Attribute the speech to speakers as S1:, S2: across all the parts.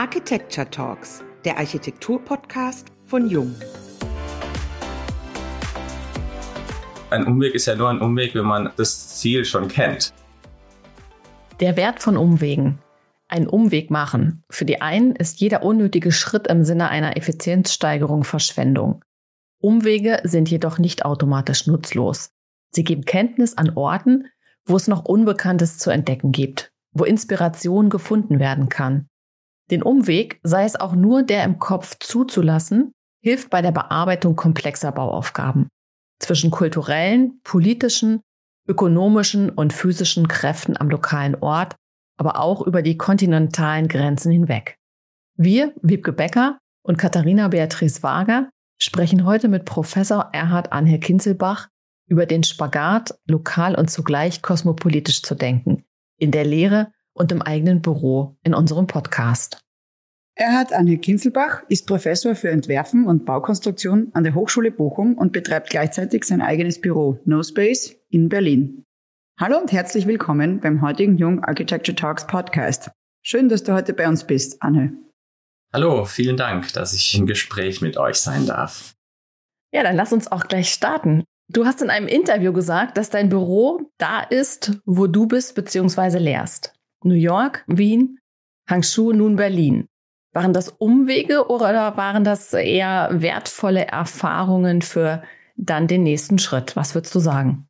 S1: Architecture Talks, der Architektur-Podcast von Jung.
S2: Ein Umweg ist ja nur ein Umweg, wenn man das Ziel schon kennt.
S3: Der Wert von Umwegen. Einen Umweg machen. Für die einen ist jeder unnötige Schritt im Sinne einer Effizienzsteigerung Verschwendung. Umwege sind jedoch nicht automatisch nutzlos. Sie geben Kenntnis an Orten, wo es noch Unbekanntes zu entdecken gibt, wo Inspiration gefunden werden kann. Den Umweg, sei es auch nur der im Kopf zuzulassen, hilft bei der Bearbeitung komplexer Bauaufgaben. Zwischen kulturellen, politischen, ökonomischen und physischen Kräften am lokalen Ort, aber auch über die kontinentalen Grenzen hinweg. Wir, Wiebke Becker und Katharina Beatrice Wager, sprechen heute mit Professor Erhard Anhe Kinzelbach über den Spagat, lokal und zugleich kosmopolitisch zu denken, in der Lehre und im eigenen Büro in unserem Podcast.
S4: Erhard Anhe Kinzelbach ist Professor für Entwerfen und Baukonstruktion an der Hochschule Bochum und betreibt gleichzeitig sein eigenes Büro NoSpace in Berlin. Hallo und herzlich willkommen beim heutigen Jung Architecture Talks Podcast. Schön, dass du heute bei uns bist, Anhe.
S2: Hallo, vielen Dank, dass ich im Gespräch mit euch sein darf.
S3: Ja, dann lass uns auch gleich starten. Du hast in einem Interview gesagt, dass dein Büro da ist, wo du bist bzw. lehrst. New York, Wien, Hangzhou, nun Berlin. Waren das Umwege oder waren das eher wertvolle Erfahrungen für dann den nächsten Schritt? Was würdest du sagen?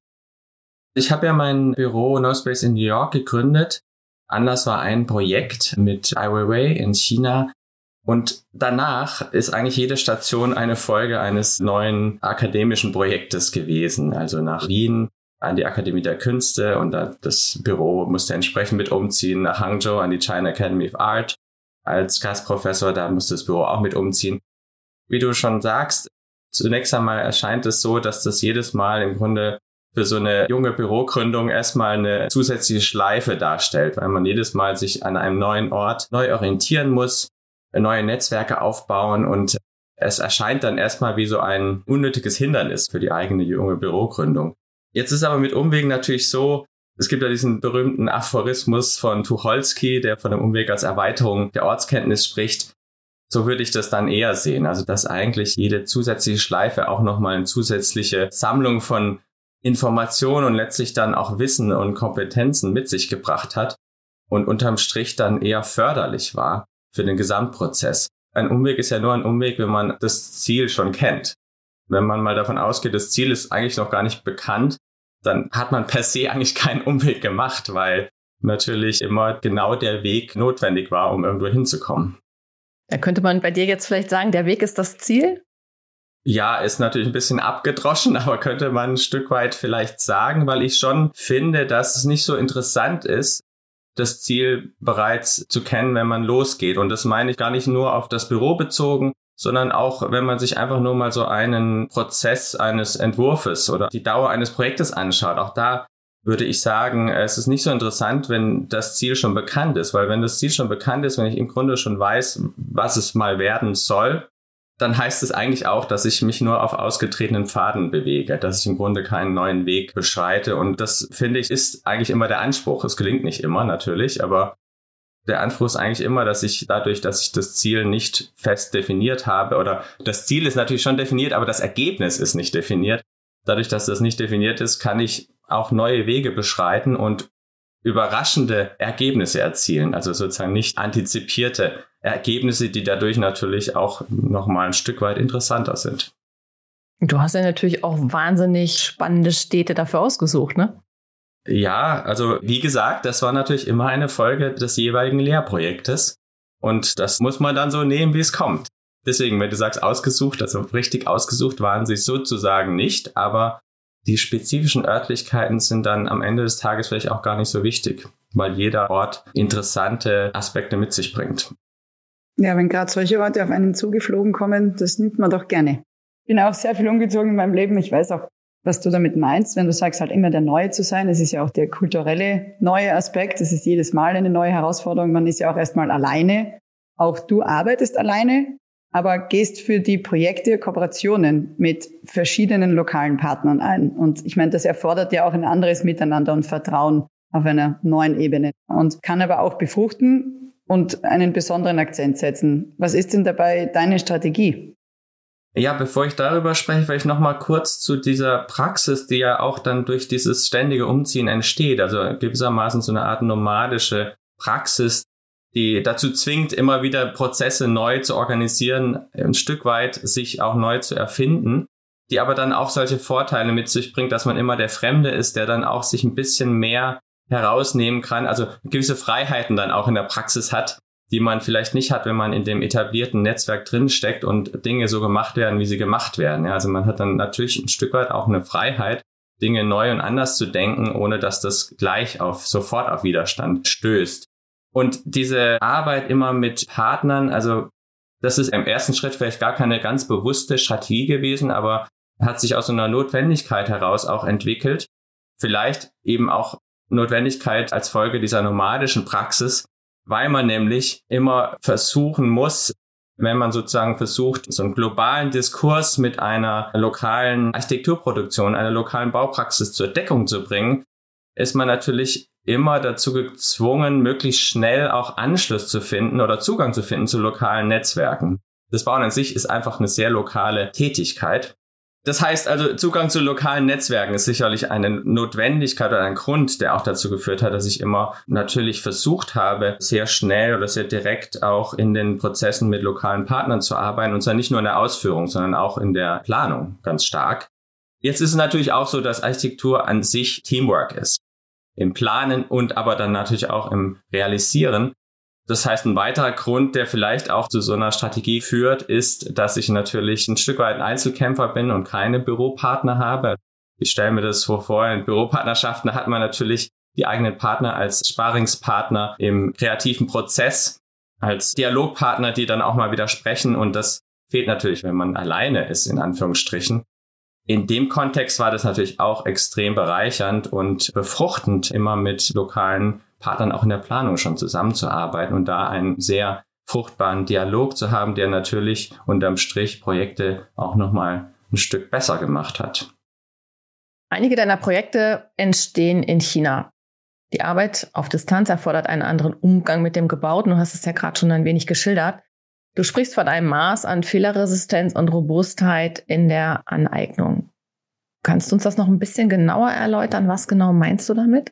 S2: Ich habe ja mein Büro NoSpace in New York gegründet. Anlass war ein Projekt mit Ai Weiwei in China. Und danach ist eigentlich jede Station eine Folge eines neuen akademischen Projektes gewesen. Also nach Wien an die Akademie der Künste und das Büro musste entsprechend mit umziehen. Nach Hangzhou an die China Academy of Art als Gastprofessor, da musste das Büro auch mit umziehen. Wie du schon sagst, zunächst einmal erscheint es so, dass das jedes Mal im Grunde für so eine junge Bürogründung erstmal eine zusätzliche Schleife darstellt, weil man jedes Mal sich an einem neuen Ort neu orientieren muss, neue Netzwerke aufbauen und es erscheint dann erstmal wie so ein unnötiges Hindernis für die eigene junge Bürogründung. Jetzt ist aber mit Umwegen natürlich so, es gibt ja diesen berühmten Aphorismus von Tucholsky, der von dem Umweg als Erweiterung der Ortskenntnis spricht. So würde ich das dann eher sehen. Also dass eigentlich jede zusätzliche Schleife auch nochmal eine zusätzliche Sammlung von Informationen und letztlich dann auch Wissen und Kompetenzen mit sich gebracht hat und unterm Strich dann eher förderlich war für den Gesamtprozess. Ein Umweg ist ja nur ein Umweg, wenn man das Ziel schon kennt. Wenn man mal davon ausgeht, das Ziel ist eigentlich noch gar nicht bekannt, dann hat man per se eigentlich keinen Umweg gemacht, weil natürlich immer genau der Weg notwendig war, um irgendwo hinzukommen.
S3: Da könnte man bei dir jetzt vielleicht sagen, der Weg ist das Ziel?
S2: Ja, ist natürlich ein bisschen abgedroschen, aber könnte man ein Stück weit vielleicht sagen, weil ich schon finde, dass es nicht so interessant ist, das Ziel bereits zu kennen, wenn man losgeht. Und das meine ich gar nicht nur auf das Büro bezogen, sondern auch, wenn man sich einfach nur mal so einen Prozess eines Entwurfes oder die Dauer eines Projektes anschaut. Auch da würde ich sagen, es ist nicht so interessant, wenn das Ziel schon bekannt ist, weil wenn das Ziel schon bekannt ist, wenn ich im Grunde schon weiß, was es mal werden soll, dann heißt es eigentlich auch, dass ich mich nur auf ausgetretenen Pfaden bewege, dass ich im Grunde keinen neuen Weg beschreite. Und das, finde ich, ist eigentlich immer der Anspruch. Es gelingt nicht immer, natürlich, aber der Anspruch ist eigentlich immer, dass ich dadurch, dass ich das Ziel nicht fest definiert habe, oder das Ziel ist natürlich schon definiert, aber das Ergebnis ist nicht definiert. Dadurch, dass das nicht definiert ist, kann ich auch neue Wege beschreiten und überraschende Ergebnisse erzielen. Also sozusagen nicht antizipierte Ergebnisse, die dadurch natürlich auch nochmal ein Stück weit interessanter sind.
S3: Du hast ja natürlich auch wahnsinnig spannende Städte dafür ausgesucht, ne?
S2: Ja, also wie gesagt, das war natürlich immer eine Folge des jeweiligen Lehrprojektes und das muss man dann so nehmen, wie es kommt. Deswegen, wenn du sagst ausgesucht, also richtig ausgesucht waren sie sozusagen nicht, aber die spezifischen Örtlichkeiten sind dann am Ende des Tages vielleicht auch gar nicht so wichtig, weil jeder Ort interessante Aspekte mit sich bringt.
S4: Ja, wenn gerade solche Orte auf einen zugeflogen kommen, das nimmt man doch gerne. Ich bin auch sehr viel umgezogen in meinem Leben. Ich weiß auch, was du damit meinst, wenn du sagst, halt immer der Neue zu sein. Es ist ja auch der kulturelle neue Aspekt. Es ist jedes Mal eine neue Herausforderung. Man ist ja auch erstmal alleine. Auch du arbeitest alleine, aber gehst für die Projekte, Kooperationen mit verschiedenen lokalen Partnern ein. Und ich meine, das erfordert ja auch ein anderes Miteinander und Vertrauen auf einer neuen Ebene und kann aber auch befruchten, und einen besonderen Akzent setzen. Was ist denn dabei deine Strategie?
S2: Ja, bevor ich darüber spreche, will ich noch mal kurz zu dieser Praxis, die ja auch dann durch dieses ständige Umziehen entsteht, also gewissermaßen so eine Art nomadische Praxis, die dazu zwingt, immer wieder Prozesse neu zu organisieren, ein Stück weit sich auch neu zu erfinden, die aber dann auch solche Vorteile mit sich bringt, dass man immer der Fremde ist, der dann auch sich ein bisschen mehr herausnehmen kann, also gewisse Freiheiten dann auch in der Praxis hat, die man vielleicht nicht hat, wenn man in dem etablierten Netzwerk drinsteckt und Dinge so gemacht werden, wie sie gemacht werden. Ja, also man hat dann natürlich ein Stück weit auch eine Freiheit, Dinge neu und anders zu denken, ohne dass das gleich sofort auf Widerstand stößt. Und diese Arbeit immer mit Partnern, also das ist im ersten Schritt vielleicht gar keine ganz bewusste Strategie gewesen, aber hat sich aus so einer Notwendigkeit heraus auch entwickelt. Vielleicht eben auch Notwendigkeit als Folge dieser nomadischen Praxis, weil man nämlich immer versuchen muss, wenn man sozusagen versucht, so einen globalen Diskurs mit einer lokalen Architekturproduktion, einer lokalen Baupraxis zur Deckung zu bringen, ist man natürlich immer dazu gezwungen, möglichst schnell auch Anschluss zu finden oder Zugang zu finden zu lokalen Netzwerken. Das Bauen an sich ist einfach eine sehr lokale Tätigkeit. Das heißt also, Zugang zu lokalen Netzwerken ist sicherlich eine Notwendigkeit oder ein Grund, der auch dazu geführt hat, dass ich immer natürlich versucht habe, sehr schnell oder sehr direkt auch in den Prozessen mit lokalen Partnern zu arbeiten, und zwar nicht nur in der Ausführung, sondern auch in der Planung ganz stark. Jetzt ist es natürlich auch so, dass Architektur an sich Teamwork ist. Im Planen und aber dann natürlich auch im Realisieren. Das heißt, ein weiterer Grund, der vielleicht auch zu so einer Strategie führt, ist, dass ich natürlich ein Stück weit ein Einzelkämpfer bin und keine Büropartner habe. Ich stelle mir das so vor, in Büropartnerschaften hat man natürlich die eigenen Partner als Sparringspartner im kreativen Prozess, als Dialogpartner, die dann auch mal wieder sprechen, und das fehlt natürlich, wenn man alleine ist, in Anführungsstrichen. In dem Kontext war das natürlich auch extrem bereichernd und befruchtend, immer mit lokalen Partnern auch in der Planung schon zusammenzuarbeiten und da einen sehr fruchtbaren Dialog zu haben, der natürlich unterm Strich Projekte auch nochmal ein Stück besser gemacht hat.
S3: Einige deiner Projekte entstehen in China. Die Arbeit auf Distanz erfordert einen anderen Umgang mit dem Gebauten. Du hast es ja gerade schon ein wenig geschildert. Du sprichst von einem Maß an Fehlerresistenz und Robustheit in der Aneignung. Kannst du uns das noch ein bisschen genauer erläutern? Was genau meinst du damit?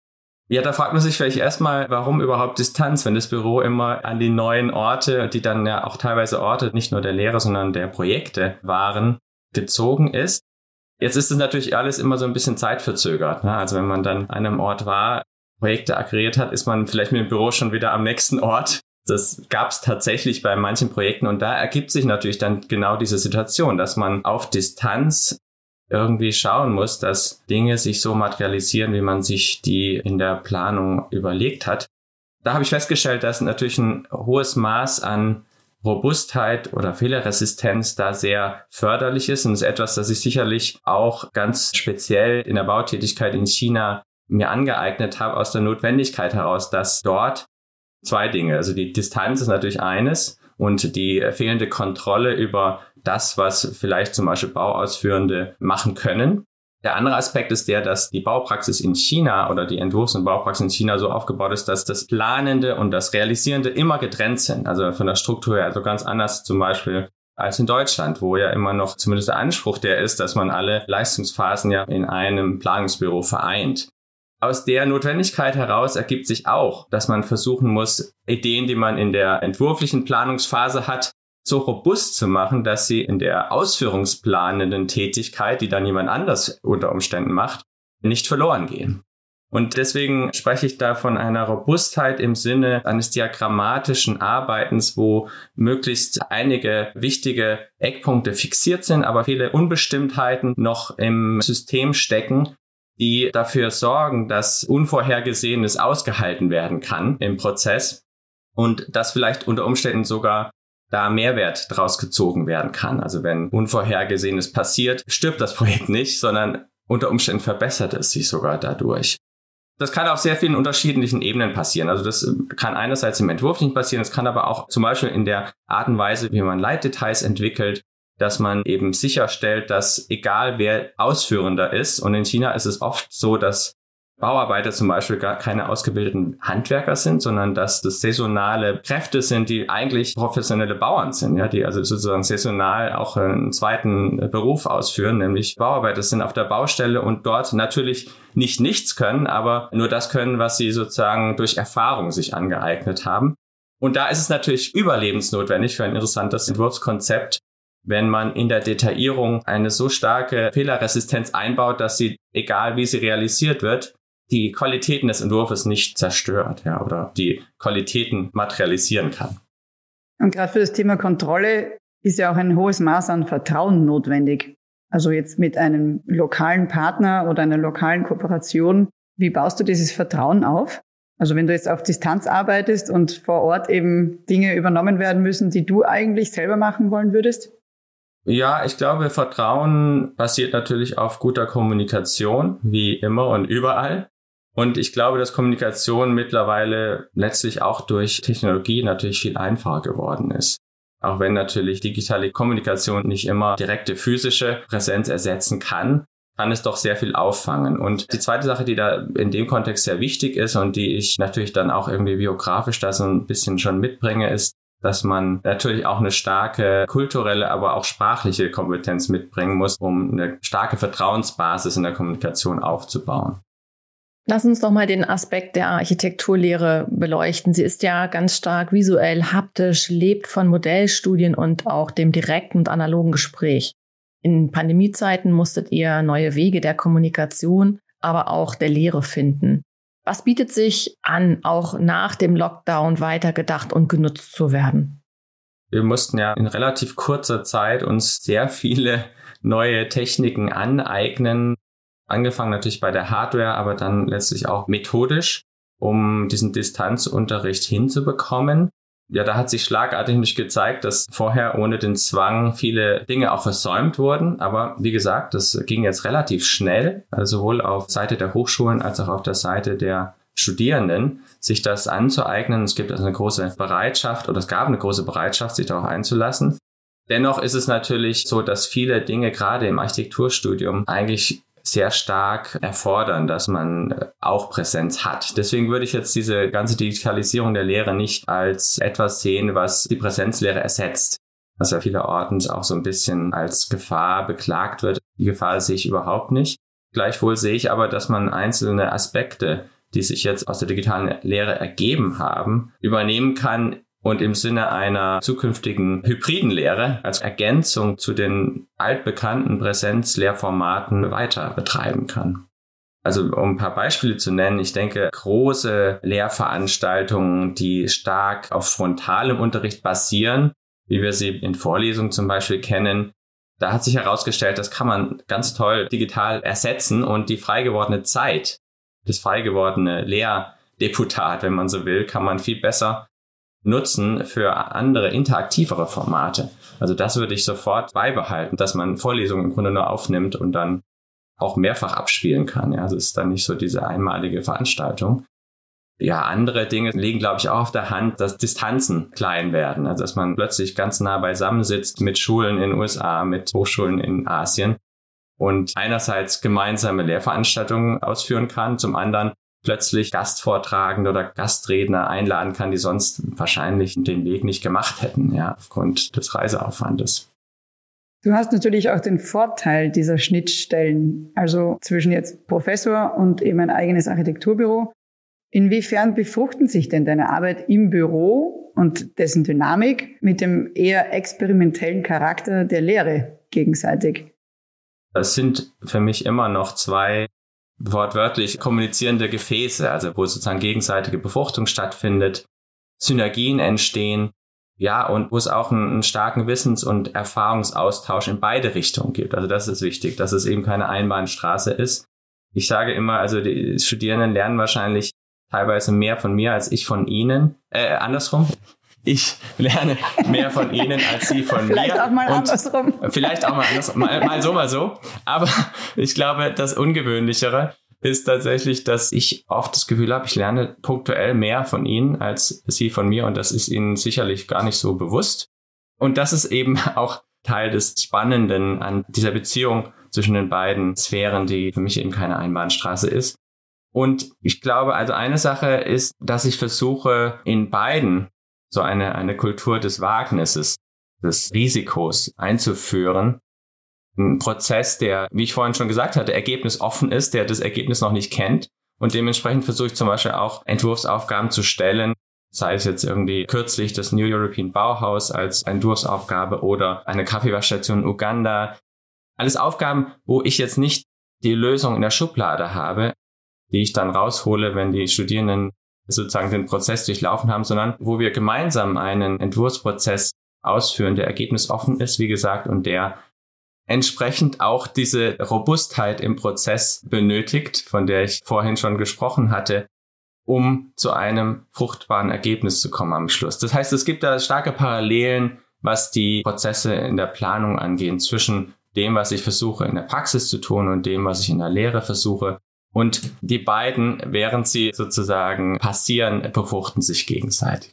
S2: Ja, da fragt man sich vielleicht erstmal, warum überhaupt Distanz, wenn das Büro immer an die neuen Orte, die dann ja auch teilweise Orte nicht nur der Lehre, sondern der Projekte waren, gezogen ist. Jetzt ist es natürlich alles immer so ein bisschen zeitverzögert, ne? Also wenn man dann an einem Ort war, Projekte akquiriert hat, ist man vielleicht mit dem Büro schon wieder am nächsten Ort. Das gab es tatsächlich bei manchen Projekten, und da ergibt sich natürlich dann genau diese Situation, dass man auf Distanz irgendwie schauen muss, dass Dinge sich so materialisieren, wie man sich die in der Planung überlegt hat. Da habe ich festgestellt, dass natürlich ein hohes Maß an Robustheit oder Fehlerresistenz da sehr förderlich ist, und das ist etwas, das ich sicherlich auch ganz speziell in der Bautätigkeit in China mir angeeignet habe, aus der Notwendigkeit heraus, dass dort zwei Dinge, also die Distanz ist natürlich eines und die fehlende Kontrolle über das, was vielleicht zum Beispiel Bauausführende machen können. Der andere Aspekt ist der, dass die Baupraxis in China oder die Entwurfs- und Baupraxis in China so aufgebaut ist, dass das Planende und das Realisierende immer getrennt sind. Also von der Struktur her, also ganz anders zum Beispiel als in Deutschland, wo ja immer noch zumindest der Anspruch der ist, dass man alle Leistungsphasen ja in einem Planungsbüro vereint. Aus der Notwendigkeit heraus ergibt sich auch, dass man versuchen muss, Ideen, die man in der entwurflichen Planungsphase hat, so robust zu machen, dass sie in der ausführungsplanenden Tätigkeit, die dann jemand anders unter Umständen macht, nicht verloren gehen. Und deswegen spreche ich da von einer Robustheit im Sinne eines diagrammatischen Arbeitens, wo möglichst einige wichtige Eckpunkte fixiert sind, aber viele Unbestimmtheiten noch im System stecken, die dafür sorgen, dass Unvorhergesehenes ausgehalten werden kann im Prozess und dass vielleicht unter Umständen sogar da Mehrwert draus gezogen werden kann. Also wenn Unvorhergesehenes passiert, stirbt das Projekt nicht, sondern unter Umständen verbessert es sich sogar dadurch. Das kann auf sehr vielen unterschiedlichen Ebenen passieren. Also das kann einerseits im Entwurflichen passieren, es kann aber auch zum Beispiel in der Art und Weise, wie man Leitdetails entwickelt, dass man eben sicherstellt, dass egal wer Ausführender ist, und in China ist es oft so, dass Bauarbeiter zum Beispiel gar keine ausgebildeten Handwerker sind, sondern dass das saisonale Kräfte sind, die eigentlich professionelle Bauern sind, ja, die also sozusagen saisonal auch einen zweiten Beruf ausführen, nämlich Bauarbeiter sind auf der Baustelle und dort natürlich nicht nichts können, aber nur das können, was sie sozusagen durch Erfahrung sich angeeignet haben. Und da ist es natürlich überlebensnotwendig für ein interessantes Entwurfskonzept, wenn man in der Detaillierung eine so starke Fehlerresistenz einbaut, dass sie, egal wie sie realisiert wird, die Qualitäten des Entwurfs nicht zerstört, ja, oder die Qualitäten materialisieren kann.
S4: Und gerade für das Thema Kontrolle ist ja auch ein hohes Maß an Vertrauen notwendig. Also jetzt mit einem lokalen Partner oder einer lokalen Kooperation, wie baust du dieses Vertrauen auf? Also wenn du jetzt auf Distanz arbeitest und vor Ort eben Dinge übernommen werden müssen, die du eigentlich selber machen wollen würdest?
S2: Ja, ich glaube, Vertrauen basiert natürlich auf guter Kommunikation, wie immer und überall. Und ich glaube, dass Kommunikation mittlerweile letztlich auch durch Technologie natürlich viel einfacher geworden ist. Auch wenn natürlich digitale Kommunikation nicht immer direkte physische Präsenz ersetzen kann es doch sehr viel auffangen. Und die zweite Sache, die da in dem Kontext sehr wichtig ist und die ich natürlich dann auch irgendwie biografisch da so ein bisschen schon mitbringe, ist, dass man natürlich auch eine starke kulturelle, aber auch sprachliche Kompetenz mitbringen muss, um eine starke Vertrauensbasis in der Kommunikation aufzubauen.
S3: Lass uns doch mal den Aspekt der Architekturlehre beleuchten. Sie ist ja ganz stark visuell, haptisch, lebt von Modellstudien und auch dem direkten und analogen Gespräch. In Pandemiezeiten musstet ihr neue Wege der Kommunikation, aber auch der Lehre finden. Was bietet sich an, auch nach dem Lockdown weitergedacht und genutzt zu werden?
S2: Wir mussten ja in relativ kurzer Zeit uns sehr viele neue Techniken aneignen. Angefangen natürlich bei der Hardware, aber dann letztlich auch methodisch, um diesen Distanzunterricht hinzubekommen. Ja, da hat sich schlagartig nicht gezeigt, dass vorher ohne den Zwang viele Dinge auch versäumt wurden. Aber wie gesagt, das ging jetzt relativ schnell, also sowohl auf Seite der Hochschulen als auch auf der Seite der Studierenden, sich das anzueignen. Es gibt also eine große Bereitschaft oder es gab eine große Bereitschaft, sich darauf einzulassen. Dennoch ist es natürlich so, dass viele Dinge gerade im Architekturstudium eigentlich sehr stark erfordern, dass man auch Präsenz hat. Deswegen würde ich jetzt diese ganze Digitalisierung der Lehre nicht als etwas sehen, was die Präsenzlehre ersetzt, was ja vielerorts auch so ein bisschen als Gefahr beklagt wird. Die Gefahr sehe ich überhaupt nicht. Gleichwohl sehe ich aber, dass man einzelne Aspekte, die sich jetzt aus der digitalen Lehre ergeben haben, übernehmen kann und im Sinne einer zukünftigen hybriden Lehre als Ergänzung zu den altbekannten Präsenzlehrformaten weiter betreiben kann. Also um ein paar Beispiele zu nennen, ich denke, große Lehrveranstaltungen, die stark auf frontalem Unterricht basieren, wie wir sie in Vorlesungen zum Beispiel kennen, da hat sich herausgestellt, das kann man ganz toll digital ersetzen und die frei gewordene Zeit, das frei gewordene Lehrdeputat, wenn man so will, kann man viel besser nutzen für andere, interaktivere Formate. Also das würde ich sofort beibehalten, dass man Vorlesungen im Grunde nur aufnimmt und dann auch mehrfach abspielen kann. Ja, also es ist dann nicht so diese einmalige Veranstaltung. Ja, andere Dinge liegen, glaube ich, auch auf der Hand, dass Distanzen klein werden. Also dass man plötzlich ganz nah beisammen sitzt mit Schulen in den USA, mit Hochschulen in Asien und einerseits gemeinsame Lehrveranstaltungen ausführen kann, zum anderen plötzlich Gastvortragende oder Gastredner einladen kann, die sonst wahrscheinlich den Weg nicht gemacht hätten, ja, aufgrund des Reiseaufwandes.
S4: Du hast natürlich auch den Vorteil dieser Schnittstellen, also zwischen jetzt Professor und eben ein eigenes Architekturbüro. Inwiefern befruchten sich denn deine Arbeit im Büro und dessen Dynamik mit dem eher experimentellen Charakter der Lehre gegenseitig?
S2: Das sind für mich immer noch zwei wortwörtlich kommunizierende Gefäße, also wo sozusagen gegenseitige Befruchtung stattfindet, Synergien entstehen, ja, und wo es auch einen starken Wissens- und Erfahrungsaustausch in beide Richtungen gibt. Also das ist wichtig, dass es eben keine Einbahnstraße ist. Ich sage immer, also die Studierenden lernen wahrscheinlich teilweise mehr von mir als ich von ihnen. Andersrum. Ich lerne mehr von ihnen als sie von
S4: Vielleicht
S2: mir.
S4: Auch mal andersrum.
S2: Vielleicht auch mal andersrum. Mal so, mal so. Aber ich glaube, das Ungewöhnlichere ist tatsächlich, dass ich oft das Gefühl habe, ich lerne punktuell mehr von ihnen als sie von mir. Und das ist ihnen sicherlich gar nicht so bewusst. Und das ist eben auch Teil des Spannenden an dieser Beziehung zwischen den beiden Sphären, die für mich eben keine Einbahnstraße ist. Und ich glaube, also eine Sache ist, dass ich versuche, in beiden so eine Kultur des Wagnisses, des Risikos einzuführen. Ein Prozess, der, wie ich vorhin schon gesagt hatte, ergebnisoffen ist, der das Ergebnis noch nicht kennt. Und dementsprechend versuche ich zum Beispiel auch Entwurfsaufgaben zu stellen, sei es jetzt irgendwie kürzlich das New European Bauhaus als Entwurfsaufgabe oder eine Kaffeewaschstation in Uganda. Alles Aufgaben, wo ich jetzt nicht die Lösung in der Schublade habe, die ich dann raushole, wenn die Studierenden sozusagen den Prozess durchlaufen haben, sondern wo wir gemeinsam einen Entwurfsprozess ausführen, der ergebnisoffen ist, wie gesagt, und der entsprechend auch diese Robustheit im Prozess benötigt, von der ich vorhin schon gesprochen hatte, um zu einem fruchtbaren Ergebnis zu kommen am Schluss. Das heißt, es gibt da starke Parallelen, was die Prozesse in der Planung angeht, zwischen dem, was ich versuche in der Praxis zu tun und dem, was ich in der Lehre versuche. Und die beiden, während sie sozusagen passieren, befruchten sich gegenseitig.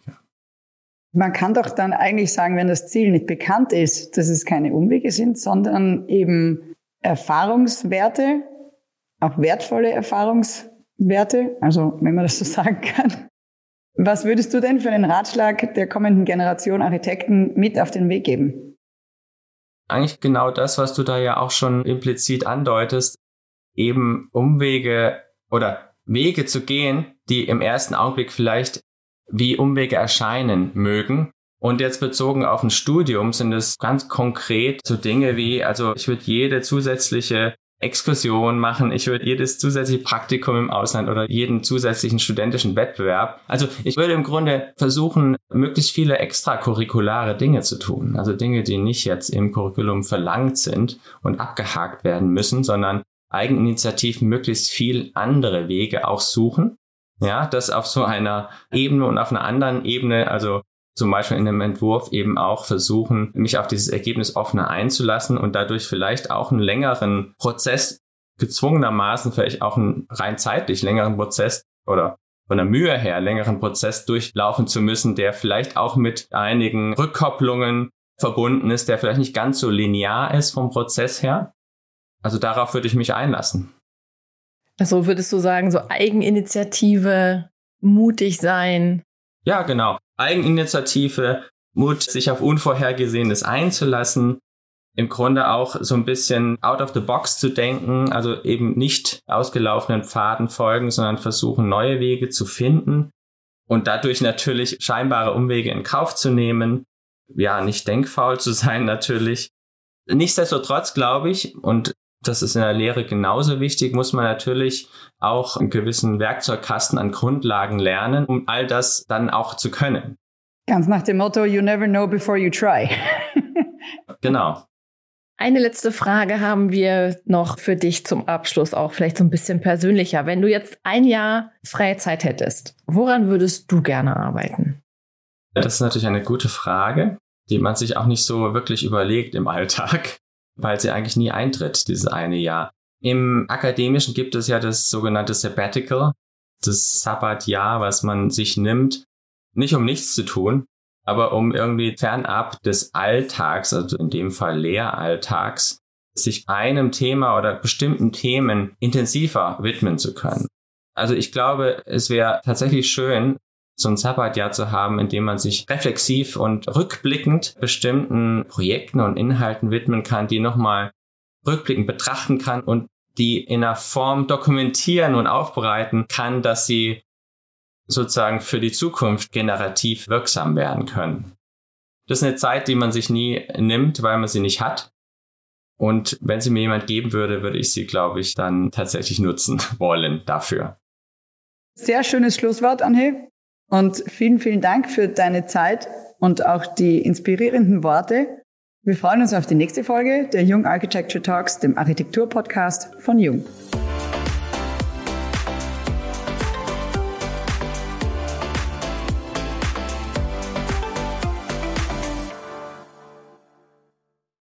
S4: Man kann doch dann eigentlich sagen, wenn das Ziel nicht bekannt ist, dass es keine Umwege sind, sondern eben Erfahrungswerte, auch wertvolle Erfahrungswerte, also wenn man das so sagen kann. Was würdest du denn für einen Ratschlag der kommenden Generation Architekten mit auf den Weg geben?
S2: Eigentlich genau das, was du da ja auch schon implizit andeutest, eben Umwege oder Wege zu gehen, die im ersten Augenblick vielleicht wie Umwege erscheinen mögen. Und jetzt bezogen auf ein Studium sind es ganz konkret so Dinge wie, also ich würde jede zusätzliche Exkursion machen, ich würde jedes zusätzliche Praktikum im Ausland oder jeden zusätzlichen studentischen Wettbewerb. Also ich würde im Grunde versuchen, möglichst viele extracurriculare Dinge zu tun. Also Dinge, die nicht jetzt im Curriculum verlangt sind und abgehakt werden müssen, sondern eigeninitiativ möglichst viel andere Wege auch suchen. Ja, das auf so einer Ebene und auf einer anderen Ebene, also zum Beispiel in einem Entwurf eben auch versuchen, mich auf dieses Ergebnis offener einzulassen und dadurch vielleicht auch einen längeren Prozess, gezwungenermaßen vielleicht auch einen rein zeitlich längeren Prozess oder von der Mühe her längeren Prozess durchlaufen zu müssen, der vielleicht auch mit einigen Rückkopplungen verbunden ist, der vielleicht nicht ganz so linear ist vom Prozess her. Also darauf würde ich mich einlassen.
S3: Also würdest du sagen, so Eigeninitiative, mutig sein?
S2: Ja, genau. Eigeninitiative, Mut, sich auf Unvorhergesehenes einzulassen, im Grunde auch so ein bisschen out of the box zu denken, also eben nicht ausgelaufenen Pfaden folgen, sondern versuchen, neue Wege zu finden und dadurch natürlich scheinbare Umwege in Kauf zu nehmen. Ja, nicht denkfaul zu sein natürlich. Nichtsdestotrotz glaube ich, und das ist in der Lehre genauso wichtig, muss man natürlich auch einen gewissen Werkzeugkasten an Grundlagen lernen, um all das dann auch zu können.
S4: Ganz nach dem Motto, you never know before you try.
S2: Genau.
S3: Eine letzte Frage haben wir noch für dich zum Abschluss, auch vielleicht so ein bisschen persönlicher. Wenn du jetzt ein Jahr freie Zeit hättest, woran würdest du gerne arbeiten?
S2: Das ist natürlich eine gute Frage, die man sich auch nicht so wirklich überlegt im Alltag, weil sie eigentlich nie eintritt, dieses eine Jahr. Im Akademischen gibt es ja das sogenannte Sabbatical, das Sabbatjahr, was man sich nimmt, nicht um nichts zu tun, aber um irgendwie fernab des Alltags, also in dem Fall Lehralltags, sich einem Thema oder bestimmten Themen intensiver widmen zu können. Also ich glaube, es wäre tatsächlich schön, so ein Sabbatjahr zu haben, in dem man sich reflexiv und rückblickend bestimmten Projekten und Inhalten widmen kann, die nochmal rückblickend betrachten kann und die in einer Form dokumentieren und aufbereiten kann, dass sie sozusagen für die Zukunft generativ wirksam werden können. Das ist eine Zeit, die man sich nie nimmt, weil man sie nicht hat. Und wenn sie mir jemand geben würde, würde ich sie, glaube ich, dann tatsächlich nutzen wollen dafür.
S4: Sehr schönes Schlusswort, Anhe. Und vielen, vielen Dank für deine Zeit und auch die inspirierenden Worte. Wir freuen uns auf die nächste Folge der Jung Architecture Talks, dem Architektur-Podcast von Jung.